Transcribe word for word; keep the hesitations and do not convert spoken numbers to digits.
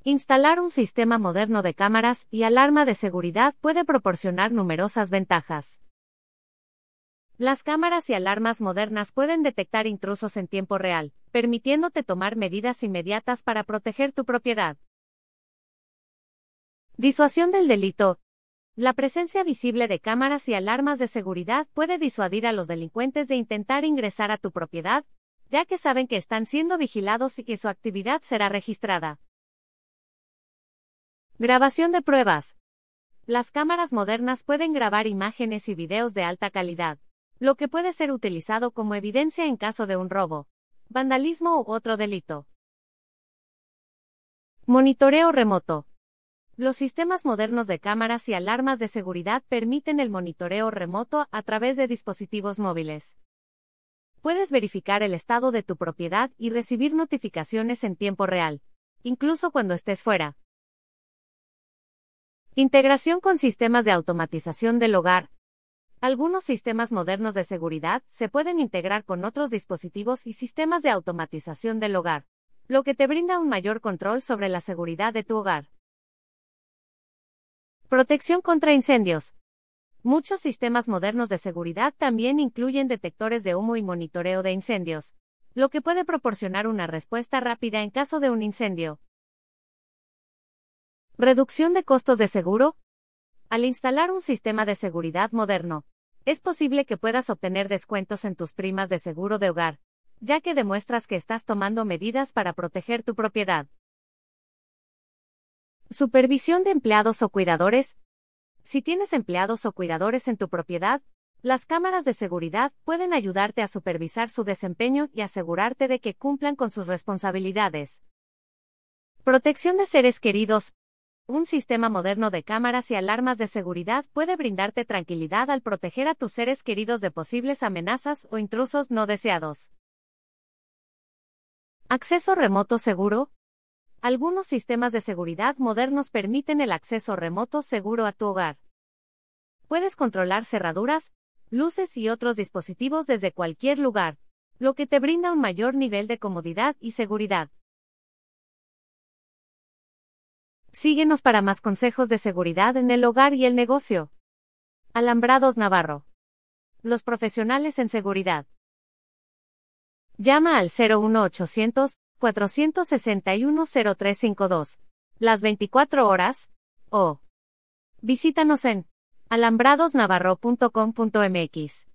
Instalar un sistema moderno de cámaras y alarma de seguridad puede proporcionar numerosas ventajas. Las cámaras y alarmas modernas pueden detectar intrusos en tiempo real, permitiéndote tomar medidas inmediatas para proteger tu propiedad. Disuasión del delito. La presencia visible de cámaras y alarmas de seguridad puede disuadir a los delincuentes de intentar ingresar a tu propiedad, ya que saben que están siendo vigilados y que su actividad será registrada. Grabación de pruebas. Las cámaras modernas pueden grabar imágenes y videos de alta calidad, lo que puede ser utilizado como evidencia en caso de un robo, vandalismo u otro delito. Monitoreo remoto. Los sistemas modernos de cámaras y alarmas de seguridad permiten el monitoreo remoto a través de dispositivos móviles. Puedes verificar el estado de tu propiedad y recibir notificaciones en tiempo real, incluso cuando estés fuera. Integración con sistemas de automatización del hogar. Algunos sistemas modernos de seguridad se pueden integrar con otros dispositivos y sistemas de automatización del hogar, lo que te brinda un mayor control sobre la seguridad de tu hogar. Protección contra incendios. Muchos sistemas modernos de seguridad también incluyen detectores de humo y monitoreo de incendios, lo que puede proporcionar una respuesta rápida en caso de un incendio. Reducción de costos de seguro. Al instalar un sistema de seguridad moderno, es posible que puedas obtener descuentos en tus primas de seguro de hogar, ya que demuestras que estás tomando medidas para proteger tu propiedad. Supervisión de empleados o cuidadores. Si tienes empleados o cuidadores en tu propiedad, las cámaras de seguridad pueden ayudarte a supervisar su desempeño y asegurarte de que cumplan con sus responsabilidades. Protección de seres queridos. Un sistema moderno de cámaras y alarmas de seguridad puede brindarte tranquilidad al proteger a tus seres queridos de posibles amenazas o intrusos no deseados. Acceso remoto seguro. Algunos sistemas de seguridad modernos permiten el acceso remoto seguro a tu hogar. Puedes controlar cerraduras, luces y otros dispositivos desde cualquier lugar, lo que te brinda un mayor nivel de comodidad y seguridad. Síguenos para más consejos de seguridad en el hogar y el negocio. Alambrados Navarro. Los profesionales en seguridad. Llama al cero uno ochocientos, cuatrocientos sesenta y uno, cero tres cincuenta y dos, las veinticuatro horas, o visítanos en alambradosnavarro punto com punto mx.